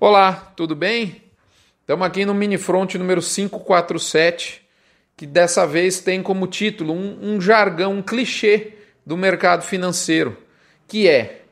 Olá, tudo bem? Estamos aqui no Minifront número 547, que dessa vez tem como título um jargão, um clichê do mercado financeiro, que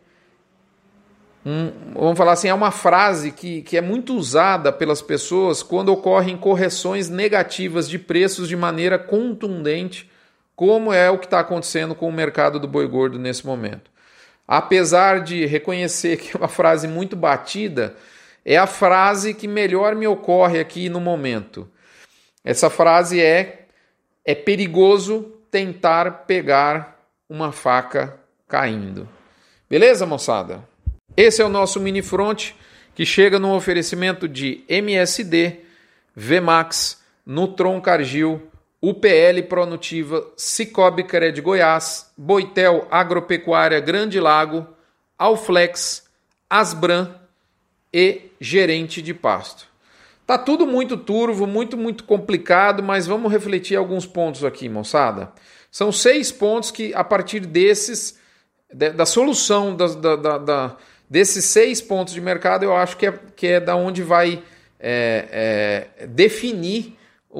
vamos falar assim, é uma frase que é muito usada pelas pessoas quando ocorrem correções negativas de preços de maneira contundente, como é o que está acontecendo com o mercado do boi gordo nesse momento. Apesar de reconhecer que é uma frase muito batida, é a frase que melhor me ocorre aqui no momento. Essa frase é perigoso tentar pegar uma faca caindo. Beleza, moçada? Esse é o nosso Minifront, que chega no oferecimento de MSD, Vmax, Nutron Cargill, UPL Pronutiva, Cicobi Cred Goiás, Boitel Agropecuária Grande Lago, Alflex, Asbram e Gerente de Pasto. Tá tudo muito turvo, muito complicado, mas vamos refletir alguns pontos aqui, moçada. São 6 pontos que, a partir desses, da solução desses 6 pontos de mercado, eu acho que é da onde vai definir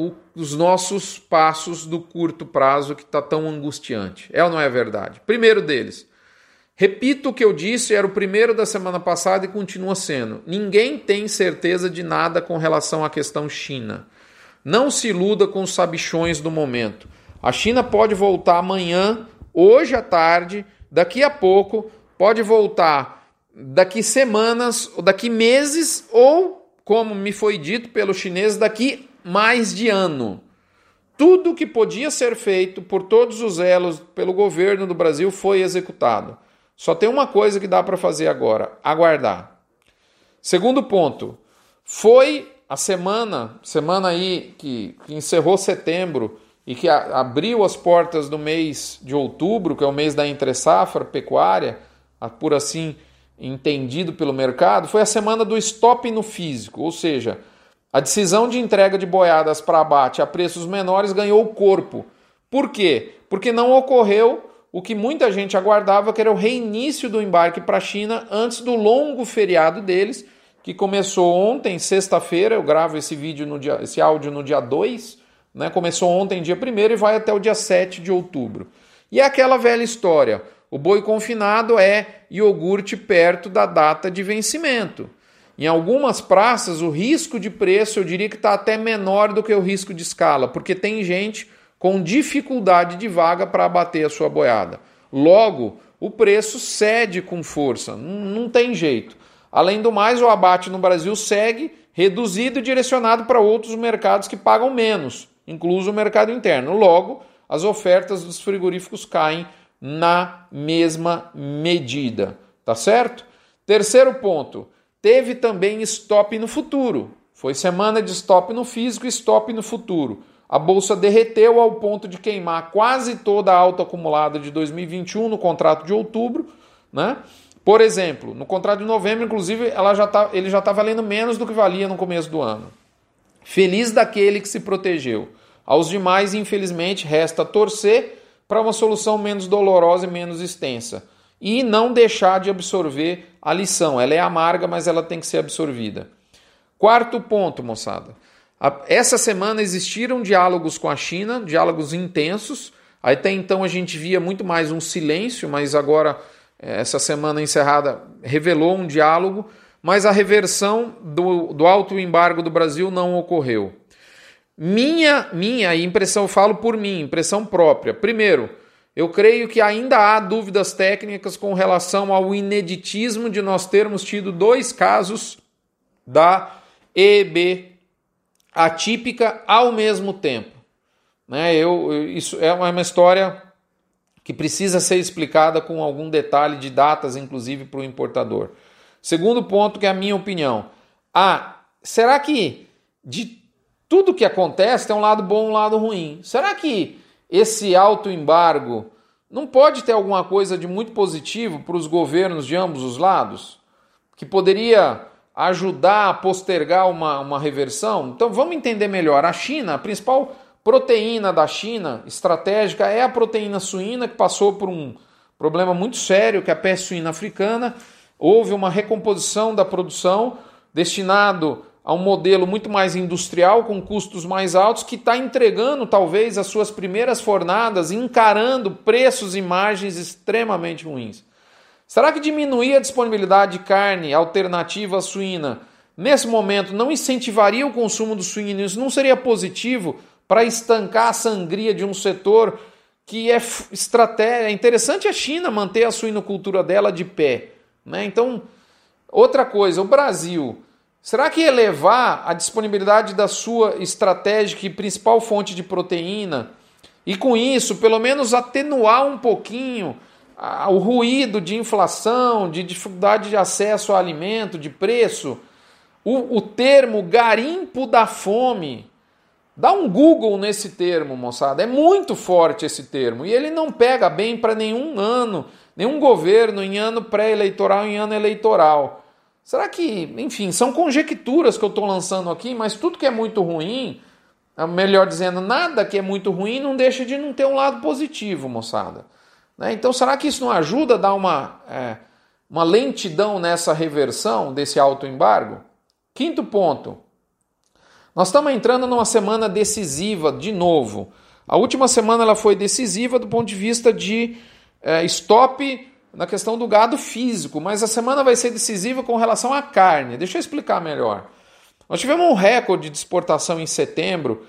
os nossos passos do curto prazo que está tão angustiante. É ou não é verdade? Primeiro deles, repito o que eu disse, era o primeiro da semana passada e continua sendo. Ninguém tem certeza de nada com relação à questão China. Não se iluda com os sabichões do momento. A China pode voltar amanhã, hoje à tarde, daqui a pouco, pode voltar daqui semanas, ou daqui meses, ou, como me foi dito pelos chineses, daqui mais de ano. Tudo que podia ser feito por todos os elos pelo governo do Brasil foi executado. Só tem uma coisa que dá para fazer agora, aguardar. Segundo ponto, foi a semana aí que encerrou setembro e que abriu as portas do mês de outubro, que é o mês da entre-safra pecuária, por assim entendido pelo mercado, foi a semana do stop no físico, ou seja, a decisão de entrega de boiadas para abate a preços menores ganhou o corpo. Por quê? Porque não ocorreu o que muita gente aguardava, que era o reinício do embarque para a China antes do longo feriado deles, que começou ontem, sexta-feira. Eu gravo esse áudio no dia 2, né? Começou ontem, dia 1º, e vai até o dia 7 de outubro. E é aquela velha história, o boi confinado é iogurte perto da data de vencimento. Em algumas praças, o risco de preço, eu diria que está até menor do que o risco de escala, porque tem gente com dificuldade de vaga para abater a sua boiada. Logo, o preço cede com força, não tem jeito. Além do mais, o abate no Brasil segue reduzido e direcionado para outros mercados que pagam menos, incluso o mercado interno. Logo, as ofertas dos frigoríficos caem na mesma medida, tá certo? Terceiro ponto, teve também stop no futuro. Foi semana de stop no físico e stop no futuro. A bolsa derreteu ao ponto de queimar quase toda a alta acumulada de 2021 no contrato de outubro, né? Por exemplo, no contrato de novembro, inclusive, ele já está valendo menos do que valia no começo do ano. Feliz daquele que se protegeu. Aos demais, infelizmente, resta torcer para uma solução menos dolorosa e menos extensa. E não deixar de absorver a lição. Ela é amarga, mas ela tem que ser absorvida. Quarto ponto, moçada. Essa semana existiram diálogos com a China, diálogos intensos. Até então a gente via muito mais um silêncio, mas agora, essa semana encerrada, revelou um diálogo, mas a reversão do alto embargo do Brasil não ocorreu. Minha impressão, eu falo por mim, impressão própria. Primeiro, eu creio que ainda há dúvidas técnicas com relação ao ineditismo de nós termos tido 2 casos da EEB atípica ao mesmo tempo. Né? Isso é uma história que precisa ser explicada com algum detalhe de datas, inclusive para o importador. Segundo ponto, que é a minha opinião. Será que de tudo que acontece tem um lado bom e um lado ruim? Será que esse alto embargo não pode ter alguma coisa de muito positivo para os governos de ambos os lados? Que poderia ajudar a postergar uma reversão? Então vamos entender melhor. A China, a principal proteína da China estratégica é a proteína suína, que passou por um problema muito sério, que é a peste suína africana. Houve uma recomposição da produção, destinado a um modelo muito mais industrial, com custos mais altos, que está entregando talvez as suas primeiras fornadas, encarando preços e margens extremamente ruins. Será que diminuir a disponibilidade de carne alternativa à suína, nesse momento, não incentivaria o consumo do suíno? Isso não seria positivo para estancar a sangria de um setor que é estratégia? É interessante a China manter a suinocultura dela de pé, né? Então, outra coisa, o Brasil, será que elevar a disponibilidade da sua estratégica e principal fonte de proteína e com isso, pelo menos atenuar um pouquinho o ruído de inflação, de dificuldade de acesso ao alimento, de preço, o termo garimpo da fome, dá um Google nesse termo, moçada, é muito forte esse termo e ele não pega bem para nenhum ano, nenhum governo em ano pré-eleitoral, em ano eleitoral. Será que, enfim, são conjecturas que eu estou lançando aqui, mas tudo que é muito ruim, melhor dizendo, nada que é muito ruim não deixa de não ter um lado positivo, moçada. Então, será que isso não ajuda a dar uma lentidão nessa reversão desse autoembargo? Quinto ponto, nós estamos entrando numa semana decisiva de novo. A última semana ela foi decisiva do ponto de vista de stop na questão do gado físico, mas a semana vai ser decisiva com relação à carne. Deixa eu explicar melhor. Nós tivemos um recorde de exportação em setembro,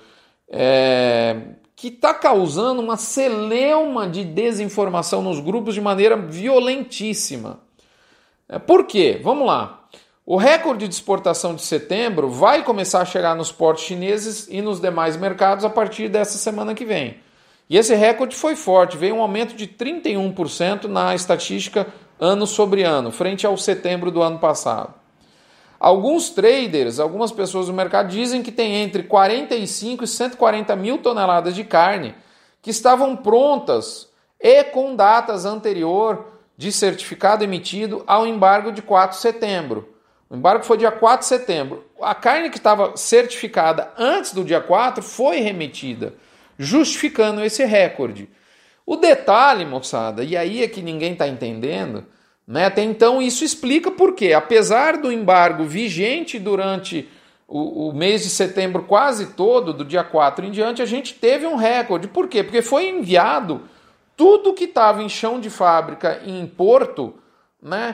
que está causando uma celeuma de desinformação nos grupos de maneira violentíssima. Por quê? Vamos lá. O recorde de exportação de setembro vai começar a chegar nos portos chineses e nos demais mercados a partir dessa semana que vem. E esse recorde foi forte, veio um aumento de 31% na estatística ano sobre ano, frente ao setembro do ano passado. Alguns traders, algumas pessoas do mercado dizem que tem entre 45 e 140 mil toneladas de carne que estavam prontas e com datas anterior de certificado emitido ao embargo de 4 de setembro. O embargo foi dia 4 de setembro. A carne que estava certificada antes do dia 4 foi remetida, justificando esse recorde. O detalhe, moçada, e aí é que ninguém está entendendo, né? Até então isso explica por quê. Apesar do embargo vigente durante o mês de setembro quase todo, do dia 4 em diante, a gente teve um recorde. Por quê? Porque foi enviado tudo que estava em chão de fábrica em porto, né?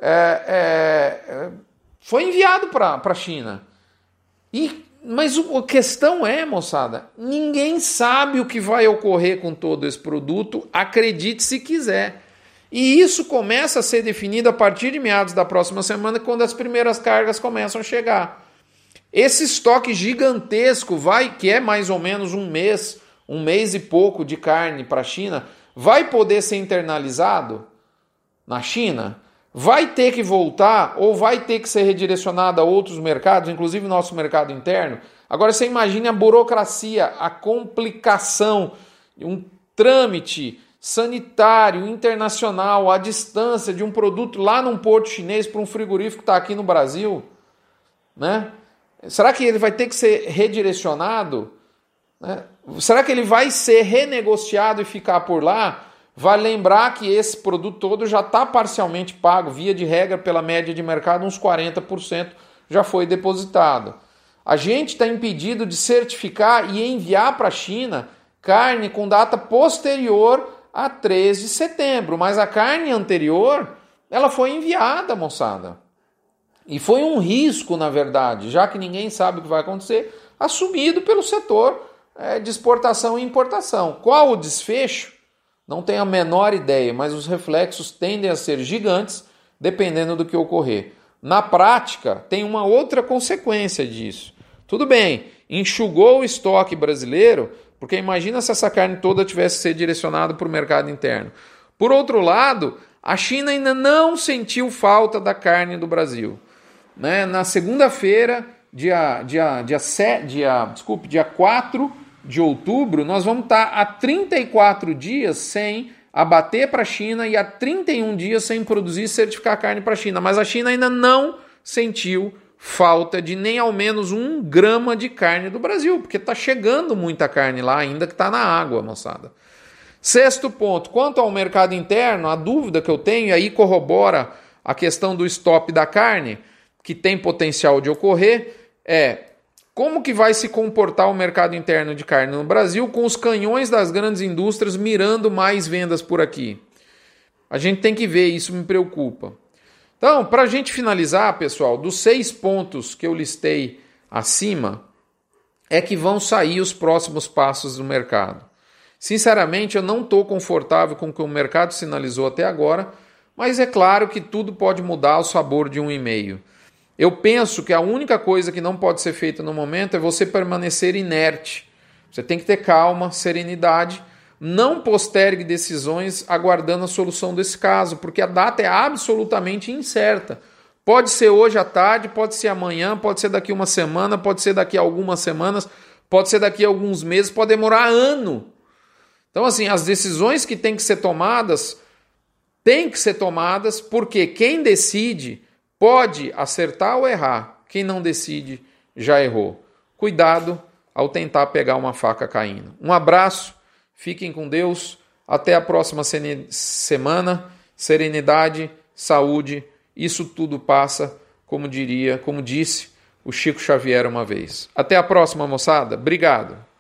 Foi enviado para a China. Mas a questão é, moçada, ninguém sabe o que vai ocorrer com todo esse produto, acredite se quiser. E isso começa a ser definido a partir de meados da próxima semana, quando as primeiras cargas começam a chegar. Esse estoque gigantesco que é mais ou menos um mês e pouco de carne para a China, vai poder ser internalizado na China? Vai ter que voltar ou vai ter que ser redirecionado a outros mercados, inclusive nosso mercado interno? Agora você imagine a burocracia, a complicação, um trâmite sanitário, internacional, à distância de um produto lá num porto chinês para um frigorífico que está aqui no Brasil, né? Será que ele vai ter que ser redirecionado? Né? Será que ele vai ser renegociado e ficar por lá? Vale lembrar que esse produto todo já está parcialmente pago, via de regra, pela média de mercado, uns 40% já foi depositado. A gente está impedido de certificar e enviar para a China carne com data posterior a 3 de setembro, mas a carne anterior, ela foi enviada, moçada. E foi um risco, na verdade, já que ninguém sabe o que vai acontecer, assumido pelo setor de exportação e importação. Qual o desfecho? Não tenho a menor ideia, mas os reflexos tendem a ser gigantes, dependendo do que ocorrer. Na prática, tem uma outra consequência disso. Tudo bem, enxugou o estoque brasileiro, porque imagina se essa carne toda tivesse que ser direcionada para o mercado interno. Por outro lado, a China ainda não sentiu falta da carne do Brasil. Né? Na segunda-feira, dia 4 de outubro, nós vamos estar há 34 dias sem abater para a China e há 31 dias sem produzir e certificar carne para a China. Mas a China ainda não sentiu falta de nem ao menos 1 grama de carne do Brasil, porque está chegando muita carne lá ainda que está na água, moçada. Sexto ponto, quanto ao mercado interno, a dúvida que eu tenho, e aí corrobora a questão do stop da carne, que tem potencial de ocorrer é como que vai se comportar o mercado interno de carne no Brasil com os canhões das grandes indústrias mirando mais vendas por aqui. A gente tem que ver, isso me preocupa. Então, para a gente finalizar, pessoal, dos 6 pontos que eu listei acima, é que vão sair os próximos passos do mercado. Sinceramente, eu não estou confortável com o que o mercado sinalizou até agora, mas é claro que tudo pode mudar ao sabor de um e-mail. Eu penso que a única coisa que não pode ser feita no momento é você permanecer inerte. Você tem que ter calma, serenidade, não postergue decisões aguardando a solução desse caso, porque a data é absolutamente incerta. Pode ser hoje à tarde, pode ser amanhã, pode ser daqui uma semana, pode ser daqui a algumas semanas, pode ser daqui a alguns meses, pode demorar ano. Então, assim, as decisões que têm que ser tomadas porque quem decide pode acertar ou errar. Quem não decide já errou. Cuidado ao tentar pegar uma faca caindo. Um abraço, fiquem com Deus, até a próxima semana. Serenidade, saúde, isso tudo passa, como disse o Chico Xavier uma vez. Até a próxima, moçada. Obrigado.